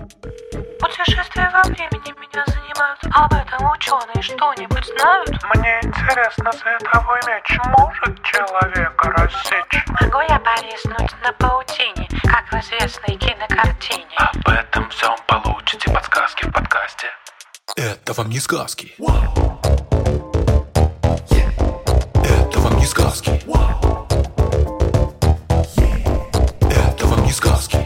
Путешествия во времени меня занимают. Об этом ученые что-нибудь знают? Мне интересно, световой меч может человека рассечь? Могу я повиснуть на паутине, как в известной кинокартине? Об этом всем получите подсказки в подкасте. Это вам не сказки. Это вам не сказки. Это вам не сказки.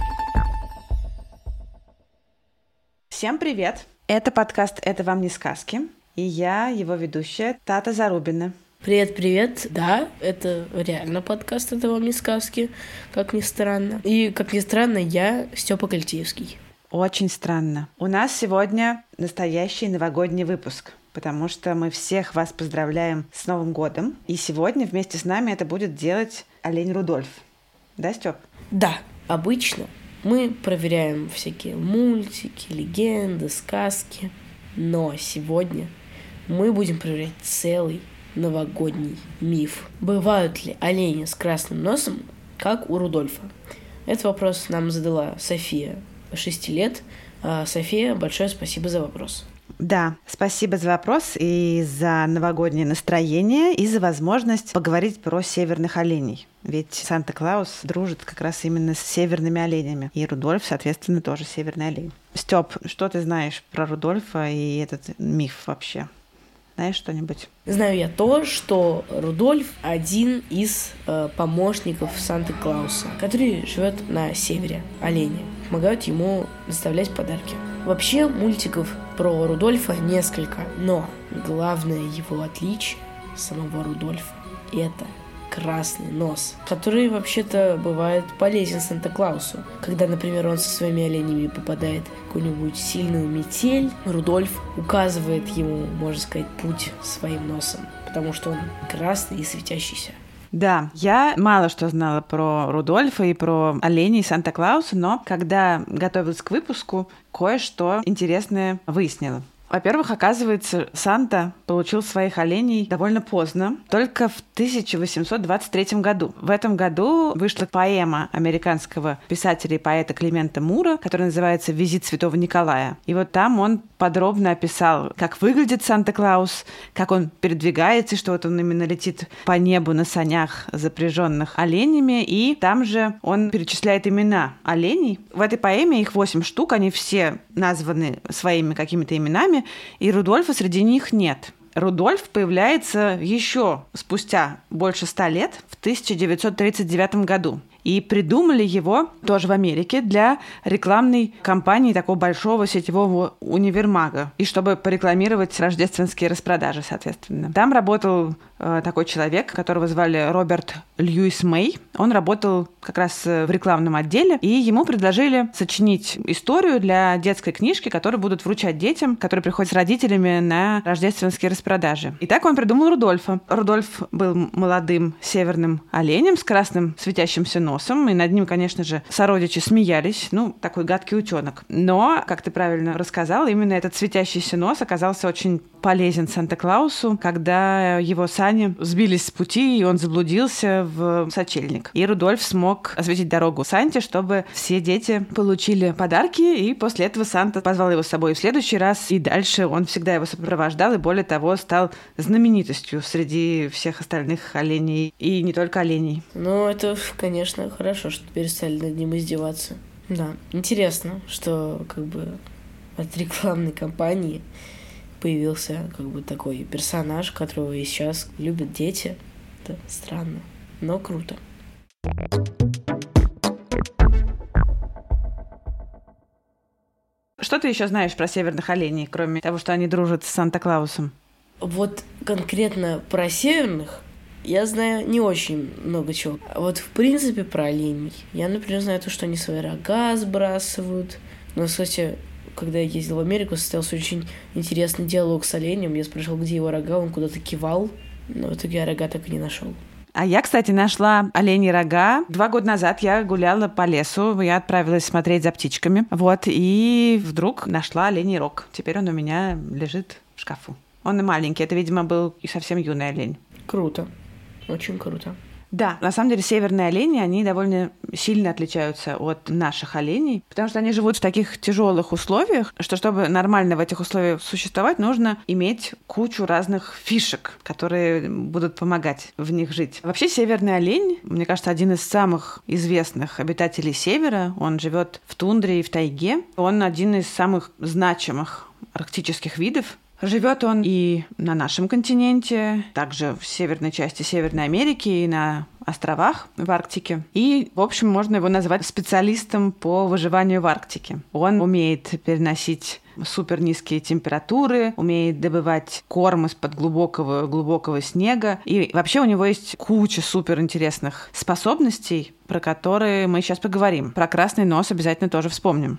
Всем привет! Это подкаст «Это вам не сказки», и я, его ведущая, Тата Зарубина. Привет-привет. Да, это реально подкаст «Это вам не сказки», как ни странно. И, как ни странно, я Степа Кальтиевский. Очень странно. У нас сегодня настоящий новогодний выпуск, потому что мы всех вас поздравляем с Новым годом. И сегодня вместе с нами это будет делать олень Рудольф. Да, Степ? Да, обычно мы проверяем всякие мультики, легенды, сказки. Но сегодня мы будем проверять целый новогодний миф. Бывают ли олени с красным носом, как у Рудольфа? Этот вопрос нам задала София, 6 лет. София, большое спасибо за вопрос. Да, спасибо за вопрос и за новогоднее настроение, и за возможность поговорить про северных оленей. Ведь Санта-Клаус дружит как раз именно с северными оленями. И Рудольф, соответственно, тоже северный олень. Стёп, что ты знаешь про Рудольфа и этот миф вообще? Знаешь что-нибудь? Знаю я то, что Рудольф один из помощников Санты-Клауса, который живет на севере, олени. Помогают ему доставлять подарки. Вообще мультиков про Рудольфа несколько, но главное его отличие самого Рудольфа – это красный нос, который вообще-то бывает полезен Санта-Клаусу. Когда, например, он со своими оленями попадает в какую-нибудь сильную метель, Рудольф указывает ему, можно сказать, путь своим носом, потому что он красный и светящийся. Да, я мало что знала про Рудольфа и про оленей Санта-Клауса, но когда готовилась к выпуску, кое-что интересное выяснила. Во-первых, оказывается, Санта получил своих оленей довольно поздно, только в 1823 году. В этом году вышла поэма американского писателя и поэта Климента Мура, которая называется «Визит святого Николая». И вот там он подробно описал, как выглядит Санта-Клаус, как он передвигается, что вот он именно летит по небу на санях, запряженных оленями, и там же он перечисляет имена оленей. В этой поэме их 8 штук, они все названы своими какими-то именами, и Рудольфа среди них нет. Рудольф появляется еще спустя больше 100 лет, в 1939 году. И придумали его тоже в Америке для рекламной кампании такого большого сетевого универмага. И чтобы порекламировать рождественские распродажи, соответственно. Там работал такой человек, которого звали Роберт Льюис Мэй. Он работал как раз в рекламном отделе. И ему предложили сочинить историю для детской книжки, которую будут вручать детям, которые приходят с родителями на рождественские распродажи. И так он придумал Рудольфа. Рудольф был молодым северным оленем с красным светящимся носом. И над ним, конечно же, сородичи смеялись. Ну, такой гадкий утенок. Но, как ты правильно рассказал, именно этот светящийся нос оказался очень полезен Санта-Клаусу, когда его сани сбились с пути, и он заблудился в сочельник. И Рудольф смог осветить дорогу Санте, чтобы все дети получили подарки, и после этого Санта позвал его с собой в следующий раз, и дальше он всегда его сопровождал, и более того, стал знаменитостью среди всех остальных оленей, и не только оленей. Ну, это, конечно, хорошо, что перестали над ним издеваться. Да, интересно, что как бы от рекламной кампании появился как бы такой персонаж, которого и сейчас любят дети. Это странно, но круто. Что ты еще знаешь про северных оленей, кроме того, что они дружат с Санта-Клаусом? Вот конкретно про северных я знаю не очень много чего. А вот в принципе про оленей. Я, например, знаю то, что они свои рога сбрасывают. Но, кстати, когда я ездил в Америку, состоялся очень интересный диалог с оленем. Я спрашивал, где его рога, он куда-то кивал. Но в итоге я рога так и не нашел. А я, кстати, нашла оленьи рога. 2 года назад я гуляла по лесу, я отправилась смотреть за птичками. Вот, и вдруг нашла оленей рог. Теперь он у меня лежит в шкафу. Он и маленький, это, видимо, был и совсем юный олень. Круто. Очень круто. Да, на самом деле северные олени, они довольно сильно отличаются от наших оленей, потому что они живут в таких тяжелых условиях, что чтобы нормально в этих условиях существовать, нужно иметь кучу разных фишек, которые будут помогать в них жить. Вообще северный олень, мне кажется, один из самых известных обитателей севера. Он живет в тундре и в тайге. Он один из самых значимых арктических видов. Живет он и на нашем континенте, также в северной части Северной Америки и на островах в Арктике. И, в общем, можно его назвать специалистом по выживанию в Арктике. Он умеет переносить супер низкие температуры, умеет добывать корм из-под глубокого снега. И вообще у него есть куча супер интересных способностей, про которые мы сейчас поговорим. Про красный нос обязательно тоже вспомним.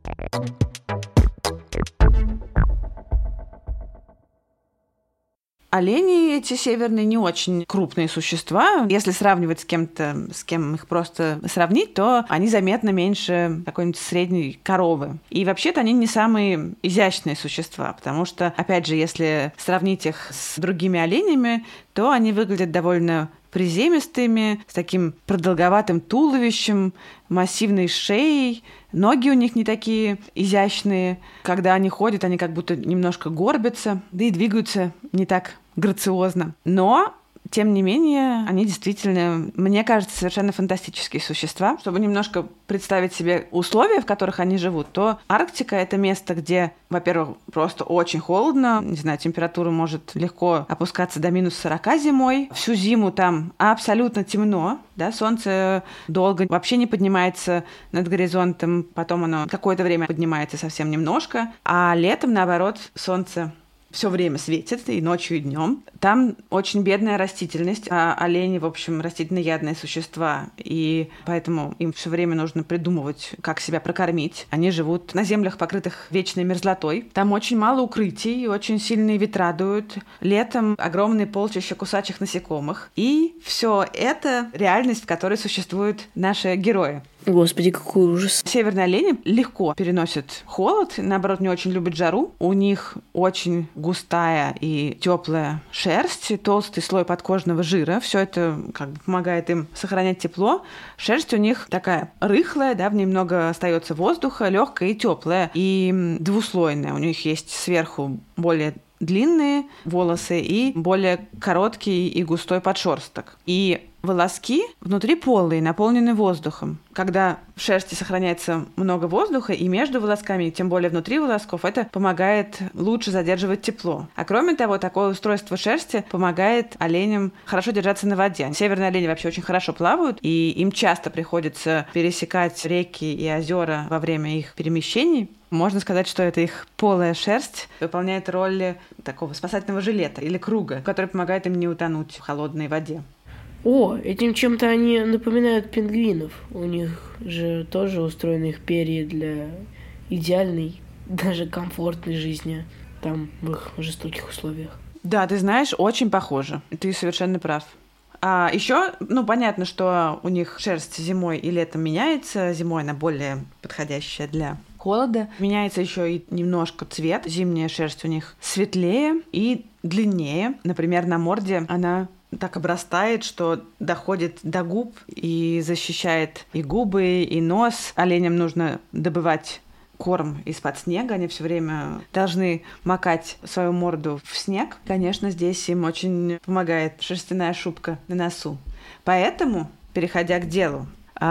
Олени эти северные не очень крупные существа. Если сравнивать с кем-то, с кем их просто сравнить, то они заметно меньше какой-нибудь средней коровы. И вообще-то они не самые изящные существа, потому что, опять же, если сравнить их с другими оленями, то они выглядят довольно приземистыми, с таким продолговатым туловищем, массивной шеей. Ноги у них не такие изящные. Когда они ходят, они как будто немножко горбятся, да и двигаются не так грациозно. Но, тем не менее, они действительно, мне кажется, совершенно фантастические существа. Чтобы немножко представить себе условия, в которых они живут, то Арктика — это место, где, во-первых, просто очень холодно. Не знаю, температура может легко опускаться до минус 40 зимой. Всю зиму там абсолютно темно. Да, солнце долго вообще не поднимается над горизонтом. Потом оно какое-то время поднимается совсем немножко. А летом, наоборот, солнце все время светит, и ночью, и днем. Там очень бедная растительность, а олени, в общем, растительноядные существа, и поэтому им все время нужно придумывать, как себя прокормить. Они живут на землях, покрытых вечной мерзлотой. Там очень мало укрытий, очень сильные ветра дуют. Летом огромные полчища кусачих насекомых. И все это реальность, в которой существуют наши герои. Господи, какой ужас. Северные олени легко переносят холод, наоборот, не очень любят жару. У них очень густая и теплая шерсть, толстый слой подкожного жира. Все это как бы помогает им сохранять тепло. Шерсть у них такая рыхлая, да, в ней много остается воздуха, легкая и теплая, и двуслойная. У них есть сверху более длинные волосы и более короткий и густой подшерсток. И волоски внутри полые, наполнены воздухом. Когда в шерсти сохраняется много воздуха, и между волосками, тем более внутри волосков, это помогает лучше задерживать тепло. А кроме того, такое устройство шерсти помогает оленям хорошо держаться на воде. Северные олени вообще очень хорошо плавают, и им часто приходится пересекать реки и озера во время их перемещений. Можно сказать, что это их полая шерсть выполняет роль такого спасательного жилета или круга, который помогает им не утонуть в холодной воде. О, этим чем-то они напоминают пингвинов. У них же тоже устроены их перья для идеальной, даже комфортной жизни там, в их жестоких условиях. Да, ты знаешь, очень похоже. Ты совершенно прав. А еще, понятно, что у них шерсть зимой и летом меняется. Зимой она более подходящая для холода. Меняется еще и немножко цвет. Зимняя шерсть у них светлее и длиннее. Например, на морде она так обрастает, что доходит до губ и защищает и губы, и нос. Оленям нужно добывать корм из-под снега. Они все время должны макать свою морду в снег. Конечно, здесь им очень помогает шерстяная шубка на носу. Поэтому, переходя к делу,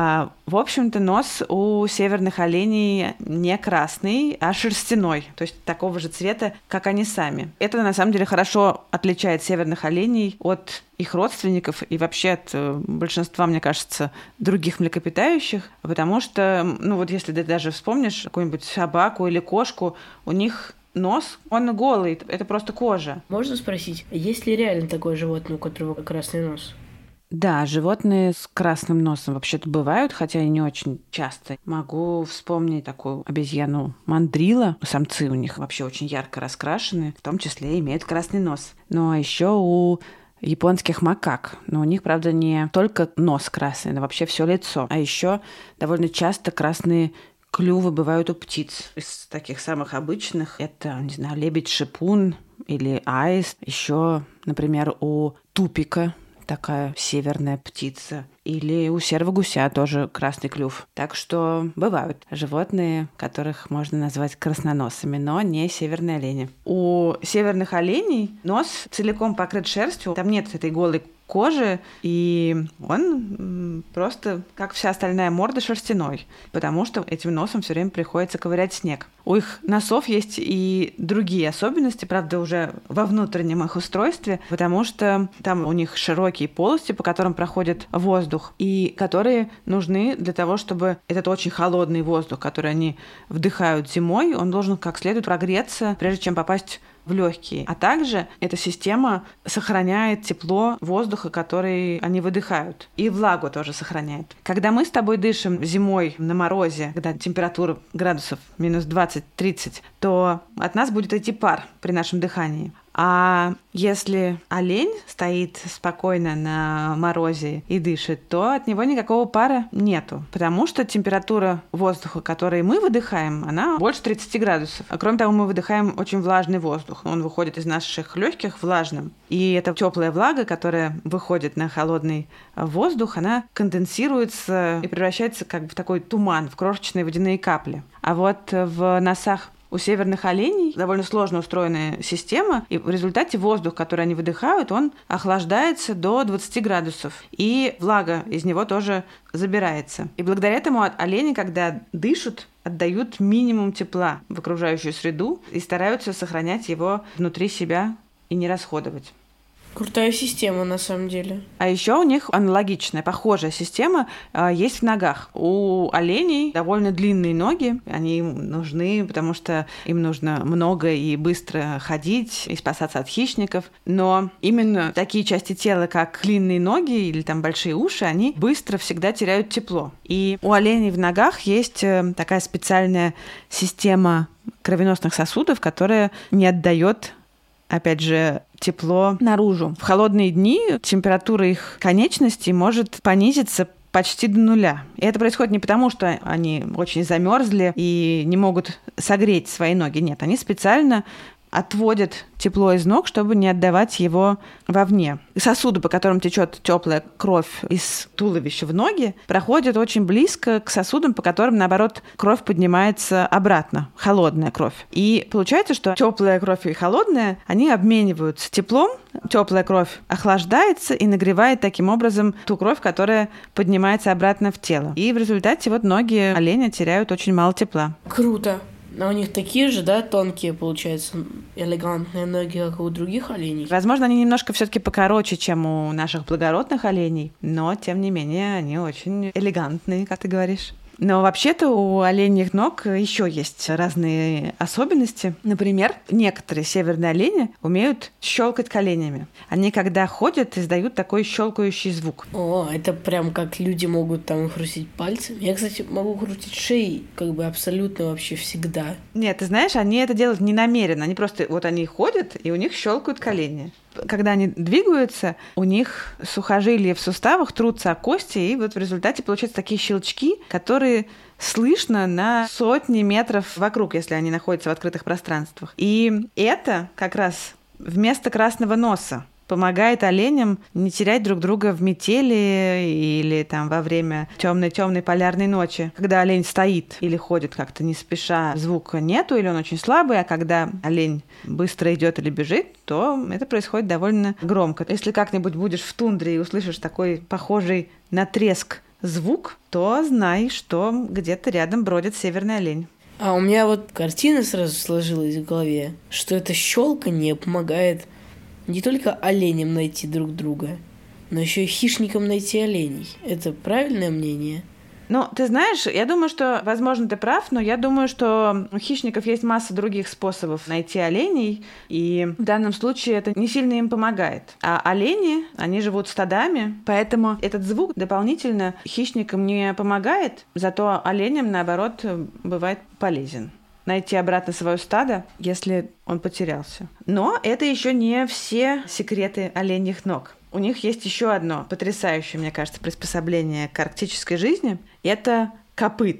в общем-то, нос у северных оленей не красный, а шерстяной, то есть такого же цвета, как они сами. Это, на самом деле, хорошо отличает северных оленей от их родственников и вообще от большинства, мне кажется, других млекопитающих, потому что, если ты даже вспомнишь какую-нибудь собаку или кошку, у них нос, он голый, это просто кожа. Можно спросить, есть ли реально такое животное, у которого красный нос? Да, животные с красным носом вообще-то бывают, хотя и не очень часто. Могу вспомнить такую обезьяну мандрила. Самцы у них вообще очень ярко раскрашены, в том числе имеют красный нос. Ну а еще у японских макак. Но у них, правда, не только нос красный, но вообще все лицо. А еще довольно часто красные клювы бывают у птиц. Из таких самых обычных это, лебедь-шипун или аист. Еще, например, у тупика. такая северная птица. Или у серого гуся тоже красный клюв. Так что бывают животные, которых можно назвать красноносыми, но не северные олени. У северных оленей нос целиком покрыт шерстью, там нет этой голой кожи, и он просто, как вся остальная морда, шерстяной, потому что этим носом все время приходится ковырять снег. У их носов есть и другие особенности, правда, уже во внутреннем их устройстве, потому что там у них широкие полости, по которым проходит воздух, и которые нужны для того, чтобы этот очень холодный воздух, который они вдыхают зимой, он должен как следует прогреться, прежде чем попасть в легкие. А также эта система сохраняет тепло воздуха, который они выдыхают. И влагу тоже сохраняет. Когда мы с тобой дышим зимой на морозе, когда температура градусов минус 20-30, то от нас будет идти пар при нашем дыхании. А если олень стоит спокойно на морозе и дышит, то от него никакого пара нету, потому что температура воздуха, который мы выдыхаем, она больше 30 градусов. А кроме того, мы выдыхаем очень влажный воздух. Он выходит из наших легких влажным. И эта теплая влага, которая выходит на холодный воздух, она конденсируется и превращается как бы в такой туман, в крошечные водяные капли. А вот в носах у северных оленей довольно сложно устроенная система, и в результате воздух, который они выдыхают, он охлаждается до 20 градусов, и влага из него тоже забирается. И благодаря этому олени, когда дышат, отдают минимум тепла в окружающую среду и стараются сохранять его внутри себя и не расходовать. Крутая система, на самом деле. А еще у них аналогичная, похожая система есть в ногах. У оленей довольно длинные ноги. Они нужны, потому что им нужно много и быстро ходить и спасаться от хищников. Но именно такие части тела, как длинные ноги или там большие уши, они быстро всегда теряют тепло. И у оленей в ногах есть такая специальная система кровеносных сосудов, которая не отдает, опять же, тепло наружу. В холодные дни температура их конечностей может понизиться почти до нуля. И это происходит не потому, что они очень замерзли и не могут согреть свои ноги. Нет, они специально отводят тепло из ног, чтобы не отдавать его вовне. Сосуды, по которым течет теплая кровь из туловища в ноги, проходят очень близко к сосудам, по которым, наоборот, кровь поднимается обратно, холодная кровь. И получается, что теплая кровь и холодная, они обмениваются теплом, теплая кровь охлаждается и нагревает таким образом ту кровь, которая поднимается обратно в тело. И в результате вот ноги оленя теряют очень мало тепла. Круто. А у них такие же, да, тонкие, получается, элегантные ноги, как и у других оленей? Возможно, они немножко все-таки покороче, чем у наших благородных оленей, но, тем не менее, они очень элегантные, как ты говоришь. Но вообще-то у оленьих ног еще есть разные особенности. Например, некоторые северные олени умеют щелкать коленями. Они, когда ходят, издают такой щелкающий звук. О, это прям как люди могут там хрустить пальцами. Я, кстати, могу хрустить шеей как бы абсолютно вообще всегда. Нет, ты знаешь, они это делают не намеренно. Они просто, вот они ходят, и у них щелкают колени. Когда они двигаются, у них сухожилия в суставах трутся о кости, и вот в результате получаются такие щелчки, которые слышно на сотни метров вокруг, если они находятся в открытых пространствах. И это как раз вместо красного носа помогает оленям не терять друг друга в метели или там во время темной полярной ночи. Когда олень стоит или ходит как-то не спеша, звука нету или он очень слабый, а когда олень быстро идет или бежит, то это происходит довольно громко. Если как-нибудь будешь в тундре и услышишь такой похожий на треск звук, то знай, что где-то рядом бродит северный олень. А у меня вот картина сразу сложилась в голове, что это щелканье помогает не только оленям найти друг друга, но еще и хищникам найти оленей. Это правильное мнение? Ну, ты знаешь, я думаю, что, возможно, ты прав, но я думаю, что у хищников есть масса других способов найти оленей, и в данном случае это не сильно им помогает. А олени, они живут стадами, поэтому этот звук дополнительно хищникам не помогает, зато оленям, наоборот, бывает полезен. Найти обратно свое стадо, если он потерялся. Но это еще не все секреты оленьих ног. У них есть еще одно потрясающее, мне кажется, приспособление к арктической жизни. Это копыта,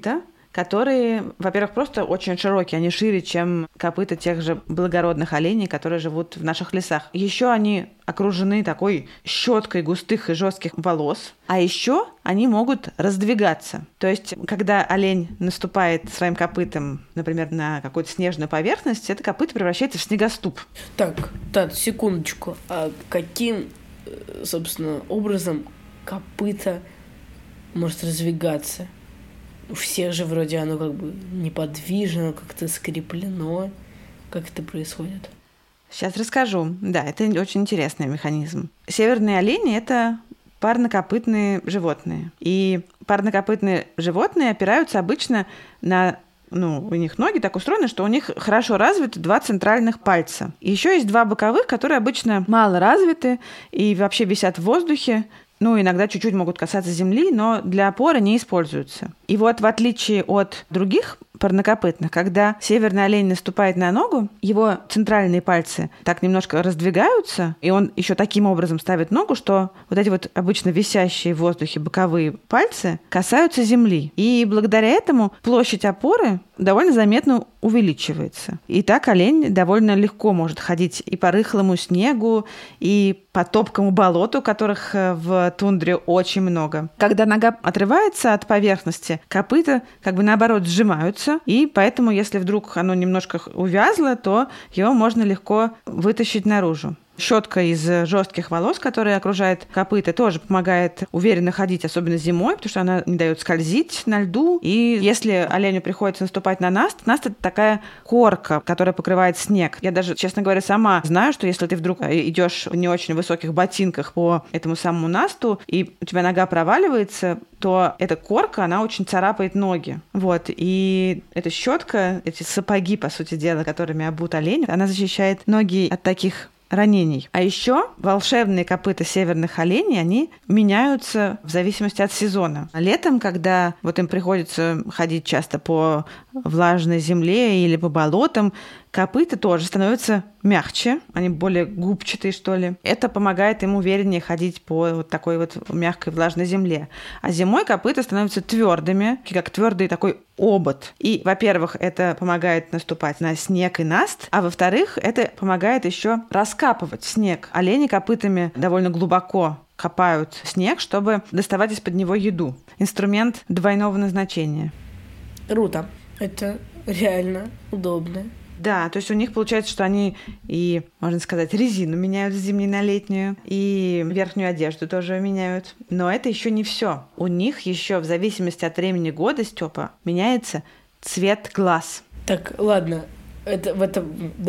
которые, во-первых, просто очень широкие, они шире, чем копыта тех же благородных оленей, которые живут в наших лесах. Еще они окружены такой щеткой густых и жестких волос, а еще они могут раздвигаться. То есть, когда олень наступает своим копытом, например, на какую-то снежную поверхность, это копыто превращается в снегоступ. Так, секундочку. А каким, собственно, образом копыто может раздвигаться? У всех же вроде оно как бы неподвижно, как-то скреплено. Как это происходит? Сейчас расскажу. Да, это очень интересный механизм. Северные олени – это парнокопытные животные. И парнокопытные животные опираются обычно на... у них ноги так устроены, что у них хорошо развиты 2 центральных пальца. И еще есть 2 боковых, которые обычно мало развиты и вообще висят в воздухе. Иногда чуть-чуть могут касаться земли, но для опоры не используются. И вот в отличие от других парнокопытных, когда северный олень наступает на ногу, его центральные пальцы так немножко раздвигаются, и он еще таким образом ставит ногу, что вот эти вот обычно висящие в воздухе боковые пальцы касаются земли. И благодаря этому площадь опоры довольно заметно увеличивается. И так олень довольно легко может ходить и по рыхлому снегу, и по топкому болоту, которых в тундре очень много. Когда нога отрывается от поверхности, копыта наоборот сжимаются, и поэтому, если вдруг оно немножко увязло, то его можно легко вытащить наружу. Щетка из жестких волос, которая окружает копыта, тоже помогает уверенно ходить, особенно зимой, потому что она не дает скользить на льду. И если оленю приходится наступать на наст, наст — это такая корка, которая покрывает снег. Я даже, честно говоря, сама знаю, что если ты вдруг идешь в не очень высоких ботинках по этому самому насту, и у тебя нога проваливается, то эта корка, она очень царапает ноги. И эта щетка, эти сапоги, по сути дела, которыми обут олень, она защищает ноги от таких ранений. А еще волшебные копыта северных оленей, они меняются в зависимости от сезона. Летом, когда им приходится ходить часто по влажной земле или по болотам, копыта тоже становятся мягче, они более губчатые, что ли. Это помогает им увереннее ходить по такой мягкой влажной земле. А зимой копыта становятся твердыми, как твердый такой обод. И, во-первых, это помогает наступать на снег и наст, а во-вторых, это помогает еще раскапывать снег. Олени копытами довольно глубоко копают снег, чтобы доставать из-под него еду. Инструмент двойного назначения. Круто. Это реально удобно. Да, то есть у них получается, что они и, можно сказать, резину меняют с зимней на летнюю, и верхнюю одежду тоже меняют. Но это еще не все. У них еще в зависимости от времени года, Степа, меняется цвет глаз. Так, ладно, в это,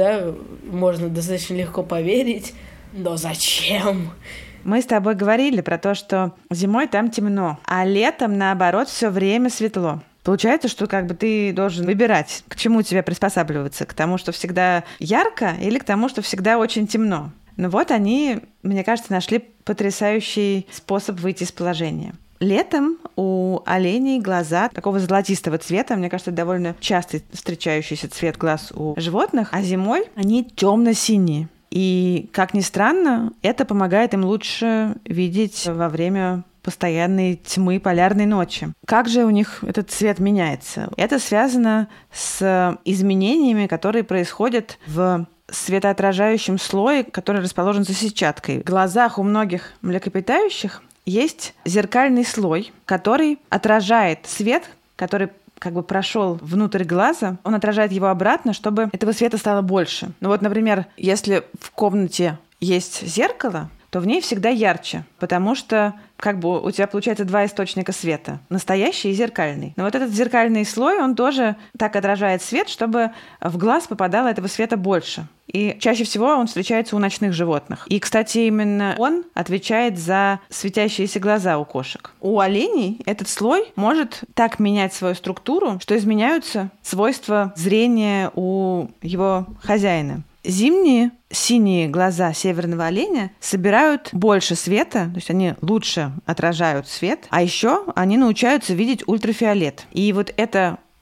можно достаточно легко поверить, но зачем? Мы с тобой говорили про то, что зимой там темно, а летом, наоборот, все время светло. Получается, что ты должен выбирать, к чему тебе приспосабливаться, к тому, что всегда ярко, или к тому, что всегда очень темно. Они, мне кажется, нашли потрясающий способ выйти из положения. Летом у оленей глаза такого золотистого цвета, мне кажется, это довольно часто встречающийся цвет глаз у животных, а зимой они темно-синие. И, как ни странно, это помогает им лучше видеть во время постоянной тьмы полярной ночи. Как же у них этот цвет меняется? Это связано с изменениями, которые происходят в светоотражающем слое, который расположен за сетчаткой. В глазах у многих млекопитающих есть зеркальный слой, который отражает свет, который прошел внутрь глаза, он отражает его обратно, чтобы этого света стало больше. Например, если в комнате есть зеркало, то в ней всегда ярче, потому что у тебя получается 2 источника света, настоящий и зеркальный. Но этот зеркальный слой, он тоже так отражает свет, чтобы в глаз попадало этого света больше. И чаще всего он встречается у ночных животных. И, кстати, именно он отвечает за светящиеся глаза у кошек. У оленей этот слой может так менять свою структуру, что изменяются свойства зрения у его хозяина. Зимние синие глаза северного оленя собирают больше света, то есть они лучше отражают свет, а еще они научаются видеть ультрафиолет. И это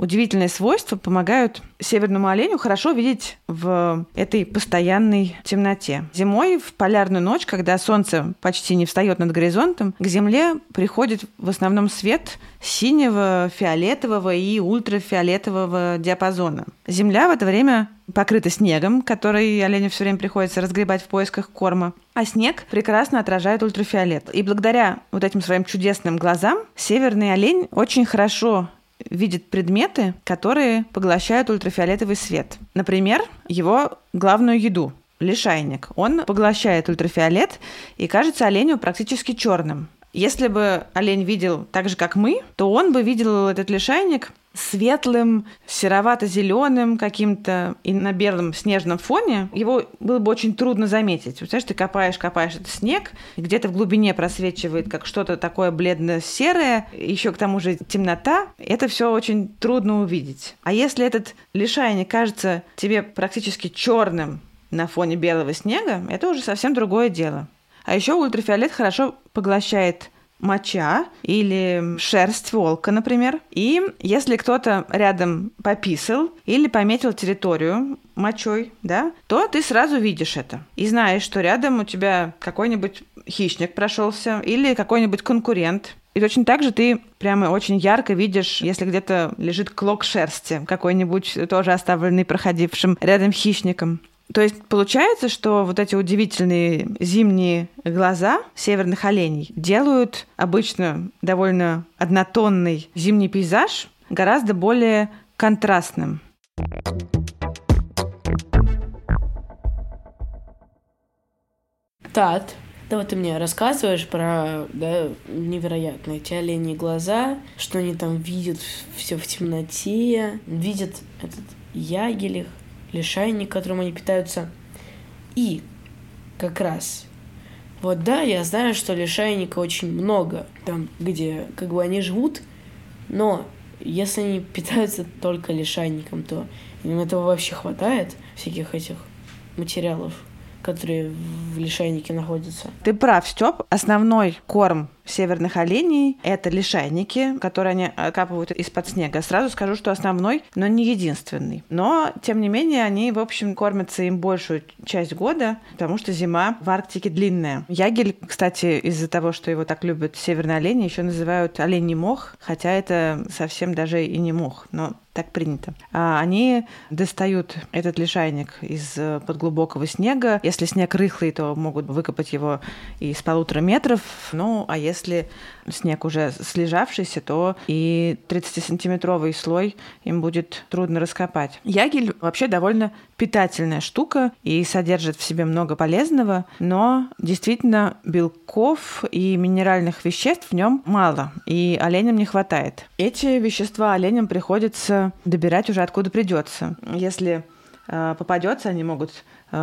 удивительные свойства помогают северному оленю хорошо видеть в этой постоянной темноте. Зимой в полярную ночь, когда солнце почти не встает над горизонтом, к Земле приходит в основном свет синего, фиолетового и ультрафиолетового диапазона. Земля в это время покрыта снегом, который оленю все время приходится разгребать в поисках корма. А снег прекрасно отражает ультрафиолет. И благодаря вот этим своим чудесным глазам северный олень очень хорошо видит предметы, которые поглощают ультрафиолетовый свет. Например, его главную еду – лишайник. Он поглощает ультрафиолет и кажется оленю практически черным. Если бы олень видел так же, как мы, то он бы видел этот лишайник светлым, серовато-зеленым каким-то, и на белом снежном фоне его было бы очень трудно заметить. Представляешь, ты копаешь этот снег, и где-то в глубине просвечивает как что-то такое бледно-серое, еще к тому же темнота. Это все очень трудно увидеть. А если этот лишайник кажется тебе практически черным на фоне белого снега, это уже совсем другое дело. А еще ультрафиолет хорошо поглощает моча или шерсть волка, например. И если кто-то рядом пописал или пометил территорию мочой, да, то ты сразу видишь это. И знаешь, что рядом у тебя какой-нибудь хищник прошелся или какой-нибудь конкурент. И точно так же ты прямо очень ярко видишь, если где-то лежит клок шерсти, какой-нибудь тоже оставленный проходившим рядом хищником. То есть получается, что вот эти удивительные зимние глаза северных оленей делают обычно довольно однотонный зимний пейзаж гораздо более контрастным. Тат, да вот ты мне рассказываешь про невероятные эти оленьи глаза, что они там видят все в темноте, видят этот ягель, лишайник, которым они питаются. И как раз вот да, я знаю, что лишайника очень много там, где как бы они живут, но если они питаются только лишайником, то им этого вообще хватает, всяких этих материалов, которые в лишайнике находятся. Ты прав, Стёп. Основной корм северных оленей – это лишайники, которые они окапывают из-под снега. Сразу скажу, что основной, но не единственный. Но, тем не менее, они, в общем, кормятся им большую часть года, потому что зима в Арктике длинная. Ягель, кстати, из-за того, что его так любят северные олени, еще называют оленей мох, хотя это совсем даже и не мох, но так принято. Они достают этот лишайник из-под глубокого снега. Если снег рыхлый, то могут выкопать его из 1,5 метров. Ну, а если снег уже слежавшийся, то и 30-сантиметровый слой им будет трудно раскопать. Ягель вообще довольно питательная штука и содержит в себе много полезного, но действительно белков и минеральных веществ в нем мало, и оленям не хватает. Эти вещества оленям приходится добирать уже откуда придется. Если попадется, они могут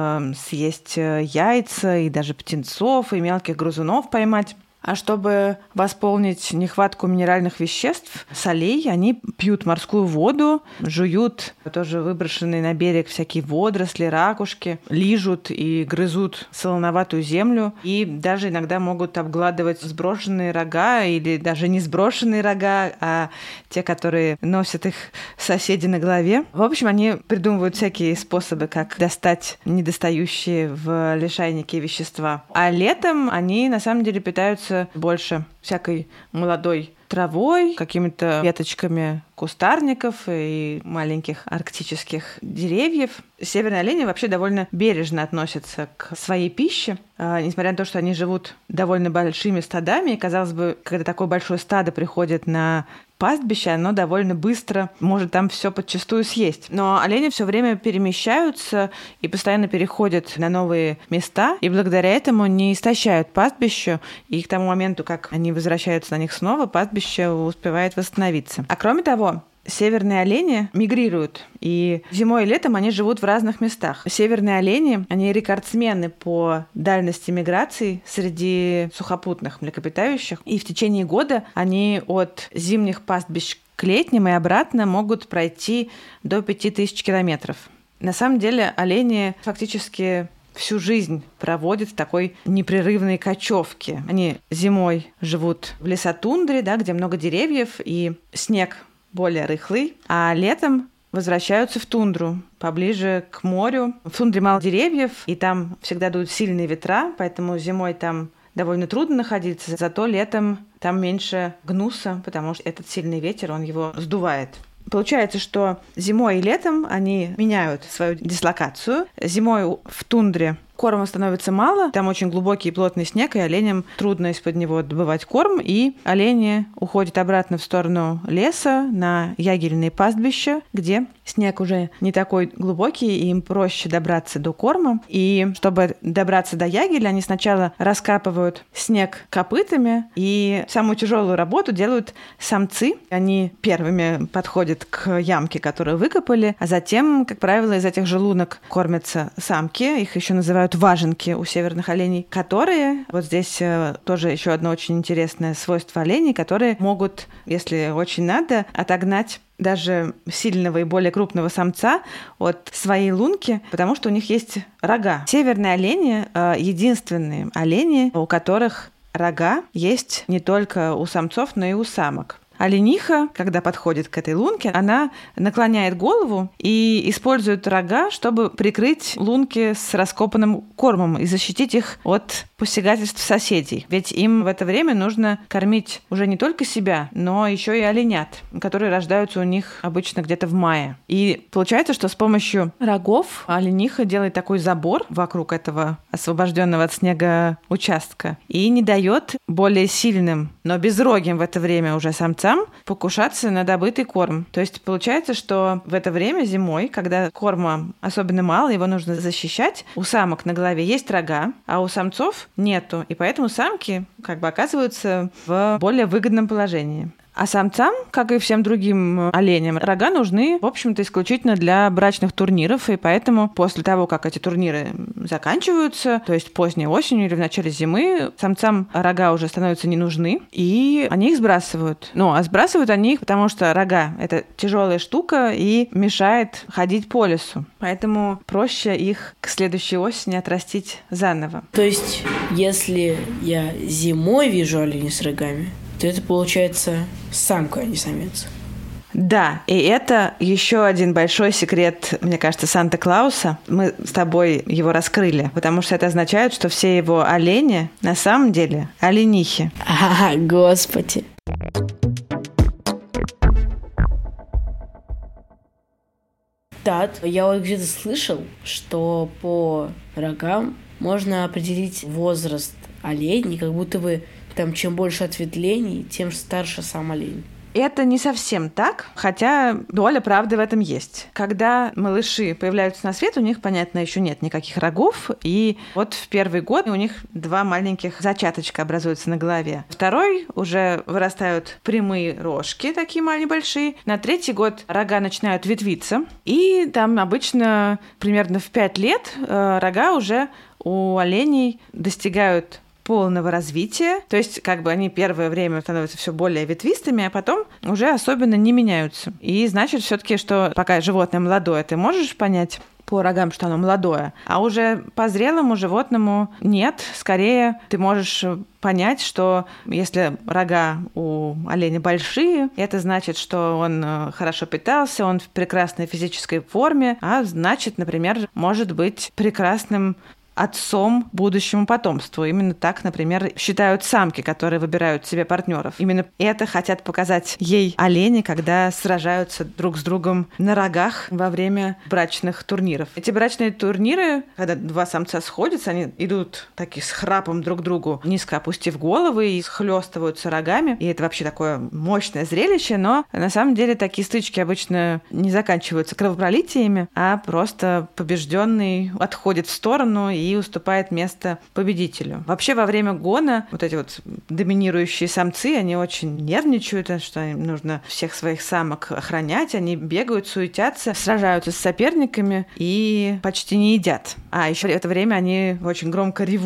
съесть яйца и даже птенцов, и мелких грызунов поймать. А чтобы восполнить нехватку минеральных веществ, солей, они пьют морскую воду, жуют тоже выброшенные на берег всякие водоросли, ракушки, лижут и грызут солоноватую землю и даже иногда могут обгладывать сброшенные рога или даже не сброшенные рога, а те, которые носят их соседи на голове. В общем, они придумывают всякие способы, как достать недостающие в лишайнике вещества. А летом они на самом деле питаются больше всякой молодой травой, какими-то веточками кустарников и маленьких арктических деревьев. Северные олени вообще довольно бережно относятся к своей пище, несмотря на то, что они живут довольно большими стадами. И, казалось бы, когда такое большое стадо приходит на пастбище, оно довольно быстро может там все подчистую съесть. Но олени все время перемещаются и постоянно переходят на новые места, и благодаря этому не истощают пастбище, и к тому моменту, как они возвращаются на них снова, пастбище успевает восстановиться. А кроме того, северные олени мигрируют, и зимой и летом они живут в разных местах. Северные олени, они рекордсмены по дальности миграции среди сухопутных млекопитающих, и в течение года они от зимних пастбищ к летним и обратно могут пройти до 5000 километров. На самом деле олени фактически всю жизнь проводят в такой непрерывной кочевке. Они зимой живут в лесотундре, да, где много деревьев, и снег более рыхлый, а летом возвращаются в тундру, поближе к морю. В тундре мало деревьев, и там всегда дуют сильные ветра, поэтому зимой там довольно трудно находиться, зато летом там меньше гнуса, потому что этот сильный ветер, он его сдувает. Получается, что зимой и летом они меняют свою дислокацию. Зимой в тундре корма становится мало, там очень глубокий и плотный снег, и оленям трудно из-под него добывать корм, и олени уходят обратно в сторону леса на ягельные пастбища, где снег уже не такой глубокий, и им проще добраться до корма. И чтобы добраться до ягеля, они сначала раскапывают снег копытами, и самую тяжелую работу делают самцы. Они первыми подходят к ямке, которую выкопали, а затем, как правило, из этих же лунок кормятся самки, их еще называют важенки у северных оленей, которые, вот здесь тоже еще одно очень интересное свойство оленей, которые могут, если очень надо, отогнать даже сильного и более крупного самца от своей лунки, потому что у них есть рога. Северные олени единственные олени, у которых рога есть не только у самцов, но и у самок. Олениха, когда подходит к этой лунке, она наклоняет голову и использует рога, чтобы прикрыть лунки с раскопанным кормом и защитить их от посягательств соседей. Ведь им в это время нужно кормить уже не только себя, но еще и оленят, которые рождаются у них обычно где-то в мае. И получается, что с помощью рогов олениха делает такой забор вокруг этого освобожденного от снега участка и не дает более сильным, но безрогим в это время уже самцам покушаться на добытый корм. То есть получается, что в это время зимой, когда корма особенно мало, его нужно защищать, у самок на голове есть рога, а у самцов нету. И поэтому самки оказываются в более выгодном положении. А самцам, как и всем другим оленям, рога нужны, в общем-то, исключительно для брачных турниров, и поэтому после того, как эти турниры заканчиваются, то есть поздней осенью или в начале зимы, самцам рога уже становятся не нужны, и они их сбрасывают. А сбрасывают они их, потому что рога — это тяжелая штука и мешает ходить по лесу. Поэтому проще их к следующей осени отрастить заново. То есть, если я зимой вижу оленей с рогами, то это получается самка, а не самец. Да, и это еще один большой секрет, мне кажется, Санта-Клауса. Мы с тобой его раскрыли, потому что это означает, что все его олени на самом деле оленихи. Господи. Да, я вот где-то слышал, что по рогам можно определить возраст оленей, как будто бы там чем больше ответвлений, тем старше сам олень. Это не совсем так, хотя доля правды в этом есть. Когда малыши появляются на свет, у них, понятно, еще нет никаких рогов, и вот в первый год у них 2 маленьких зачаточка образуются на голове. Второй уже вырастают прямые рожки, такие небольшие. На 3-й год рога начинают ветвиться, и там обычно примерно в 5 лет рога уже у оленей достигают полного развития, то есть они первое время становятся все более ветвистыми, а потом уже особенно не меняются. И значит все-таки, что пока животное молодое, ты можешь понять по рогам, что оно молодое, а уже по зрелому животному нет. Скорее, ты можешь понять, что если рога у оленя большие, это значит, что он хорошо питался, он в прекрасной физической форме, а значит, например, может быть прекрасным отцом будущему потомству. Именно так, например, считают самки, которые выбирают себе партнеров. Именно это хотят показать ей олени, когда сражаются друг с другом на рогах во время брачных турниров. Эти брачные турниры, когда 2 самца сходятся, они идут такие с храпом друг к другу, низко опустив головы и схлёстываются рогами. И это вообще такое мощное зрелище, но на самом деле такие стычки обычно не заканчиваются кровопролитиями, а просто побежденный отходит в сторону и уступает место победителю. Вообще во время гона вот эти вот доминирующие самцы, они очень нервничают, что им нужно всех своих самок охранять, они бегают, суетятся, сражаются с соперниками и почти не едят. А еще в это время они очень громко ревут.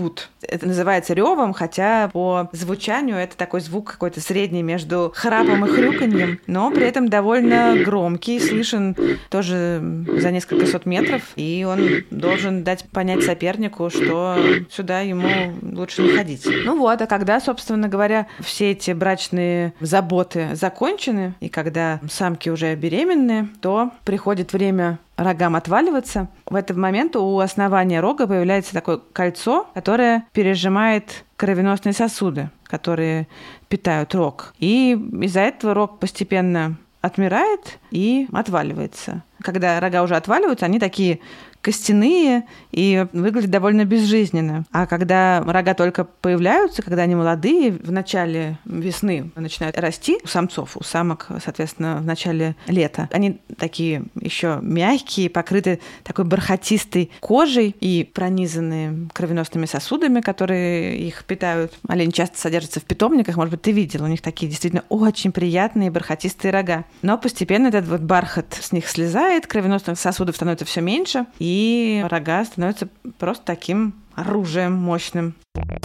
Это называется ревом, хотя по звучанию это такой звук какой-то средний между храпом и хрюканьем, но при этом довольно громкий, слышен тоже за несколько сот метров, и он должен дать понять сопернику, что сюда ему лучше не ходить. Ну вот, а когда, собственно говоря, все эти брачные заботы закончены, и когда самки уже беременны, то приходит время рогам отваливаться. В этот момент у основания рога появляется такое кольцо, которое пережимает кровеносные сосуды, которые питают рог. И из-за этого рог постепенно отмирает и отваливается. Когда рога уже отваливаются, они такие костяные и выглядят довольно безжизненно. А когда рога только появляются, когда они молодые, в начале весны начинают расти у самцов, у самок, соответственно, в начале лета, они такие еще мягкие, покрыты такой бархатистой кожей и пронизанные кровеносными сосудами, которые их питают. Олени часто содержатся в питомниках, может быть, ты видел, у них такие действительно очень приятные бархатистые рога. Но постепенно этот вот бархат с них слезает, кровеносных сосудов становится все меньше, и рога становятся просто таким оружием мощным.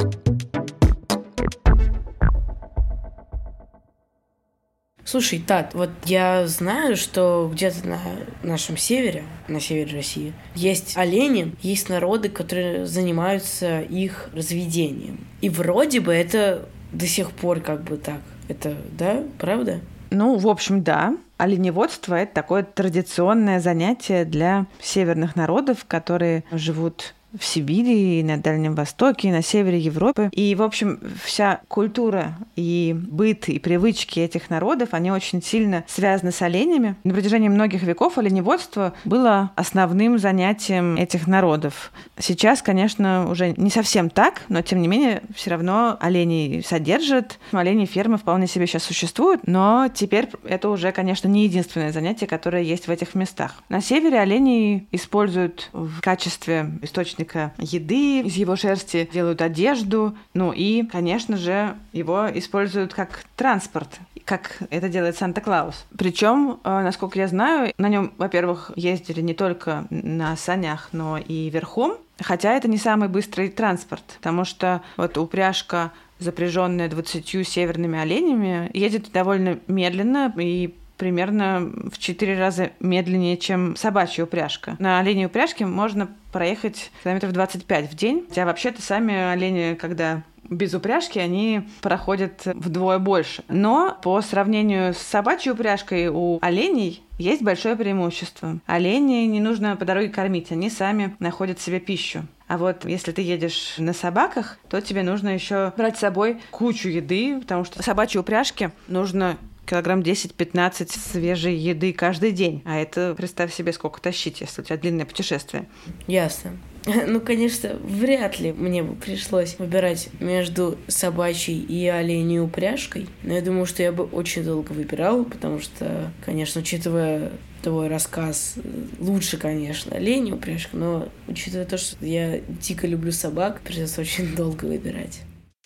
Слушай, Тат, вот я знаю, что где-то на нашем севере, на севере России, есть олени, есть народы, которые занимаются их разведением. И вроде бы это до сих пор как бы так. Это, да, правда? Ну, в общем, да. Оленеводство – это такое традиционное занятие для северных народов, которые живут в Сибири, и на Дальнем Востоке, и на севере Европы. И, в общем, вся культура и быт, и привычки этих народов, они очень сильно связаны с оленями. На протяжении многих веков оленеводство было основным занятием этих народов. Сейчас, конечно, уже не совсем так, но, тем не менее, все равно оленей содержат. Оленьи фермы вполне себе сейчас существуют, но теперь это уже, конечно, не единственное занятие, которое есть в этих местах. На севере оленей используют в качестве источника еды, из его шерсти делают одежду, ну и, конечно же, его используют как транспорт, как это делает Санта-Клаус. Причем, насколько я знаю, на нем, во-первых, ездили не только на санях, но и верхом, хотя это не самый быстрый транспорт, потому что вот упряжка, запряженная 20 северными оленями, едет довольно медленно и примерно в 4 раза медленнее, чем собачья упряжка. На оленей упряжке можно проехать километров 25 в день. Хотя вообще-то сами олени, когда без упряжки, они проходят вдвое больше. Но по сравнению с собачьей упряжкой у оленей есть большое преимущество. Оленей не нужно по дороге кормить, они сами находят себе пищу. А вот если ты едешь на собаках, то тебе нужно еще брать с собой кучу еды, потому что собачьей упряжке нужно килограмм 10-15 свежей еды каждый день. А это, представь себе, сколько тащить, если у тебя длинное путешествие. Ясно. Ну, конечно, вряд ли мне бы пришлось выбирать между собачьей и оленей упряжкой. Но я думаю, что я бы очень долго выбирал, потому что, конечно, учитывая твой рассказ, лучше, конечно, оленей упряжка, но учитывая то, что я дико люблю собак, придется очень долго выбирать.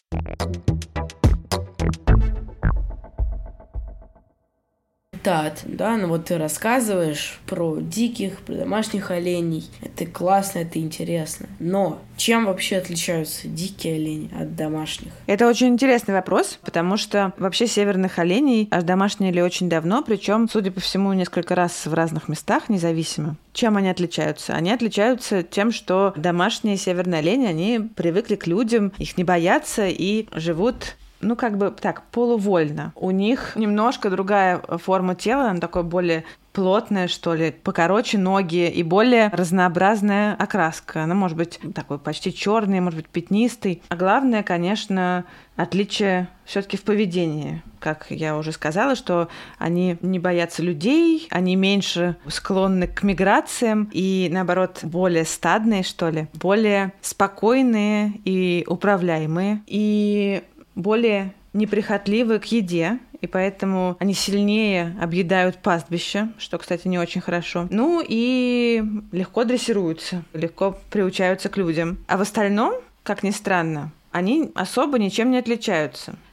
Тат, да, ну вот ты рассказываешь про диких, про домашних оленей. Это классно, это интересно. Но чем вообще отличаются дикие олени от домашних? Это очень интересный вопрос, потому что вообще северных оленей домашние очень давно, причем, судя по всему, несколько раз в разных местах, независимо. Чем они отличаются? Они отличаются тем, что домашние северные олени, они привыкли к людям, их не боятся и живут полувольно. У них немножко другая форма тела, она такое более плотная, что ли, покороче ноги и более разнообразная окраска. Она может быть такой почти черный, может быть пятнистый. А главное, конечно, отличие все-таки в поведении. Как я уже сказала, что они не боятся людей, они меньше склонны к миграциям и, наоборот, более стадные, что ли, более спокойные и управляемые, и более неприхотливы к еде, и поэтому они сильнее объедают пастбище, что, кстати, не очень хорошо. Ну и легко дрессируются, легко приучаются к людям. А в остальном, как ни странно, они особо ничем не отличаются. То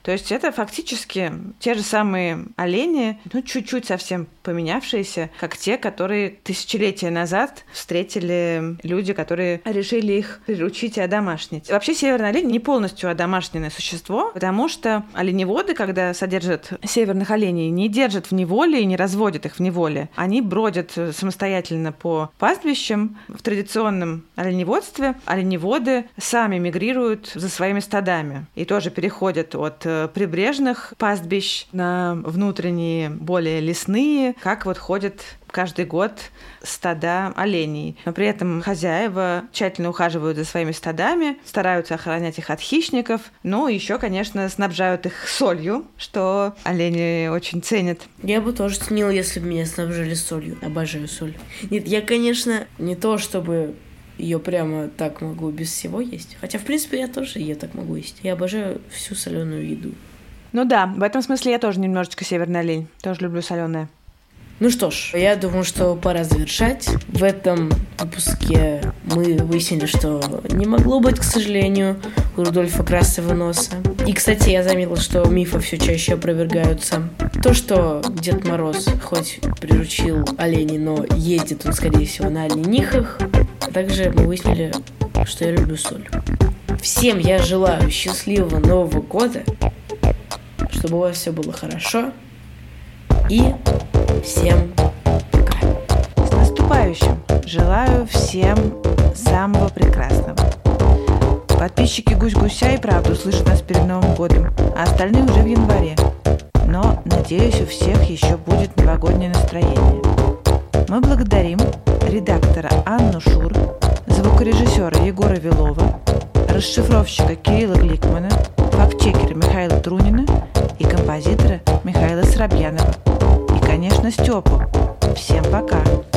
То есть это фактически те же самые олени, чуть-чуть совсем поменявшиеся, как те, которые тысячелетия назад встретили люди, которые решили их приручить и одомашнить. Вообще северный олень не полностью одомашненное существо, потому что оленеводы, когда содержат северных оленей, не держат в неволе и не разводят их в неволе. Они бродят самостоятельно по пастбищам. В традиционном оленеводстве оленеводы сами мигрируют за своими стадами и тоже переходят от прибрежных пастбищ на внутренние, более лесные, как вот ходят каждый год стада оленей. Но при этом хозяева тщательно ухаживают за своими стадами, стараются охранять их от хищников, еще, конечно, снабжают их солью, что олени очень ценят. Я бы тоже ценила, если бы меня снабжали солью. Обожаю соль. Нет, я, конечно, не то, чтобы ее прямо так могу без всего есть. Хотя, в принципе, я тоже ее так могу есть. Я обожаю всю соленую еду. В этом смысле я тоже немножечко северный олень. Тоже люблю соленое. Ну что ж, я думаю, что пора завершать. В этом выпуске мы выяснили, что не могло быть, к сожалению, у Рудольфа красного носа. И, кстати, я заметила, что мифы все чаще опровергаются. То, что Дед Мороз хоть приручил оленей, но ездит он, скорее всего, на оленихах. Также мы выяснили, что я люблю соль. Всем я желаю счастливого Нового года, чтобы у вас все было хорошо. И всем пока. С наступающим! Желаю всем самого прекрасного. Подписчики Гусь-Гуся и правда услышат нас перед Новым годом, а остальные уже в январе. Но, надеюсь, у всех еще будет новогоднее настроение. Мы благодарим редактора Анну Шур, звукорежиссера Егора Вилова, расшифровщика Кирилла Гликмана, фактчекера Михаила Трунина и композитора Михаила Соробьянова. И, конечно, Степу. Всем пока!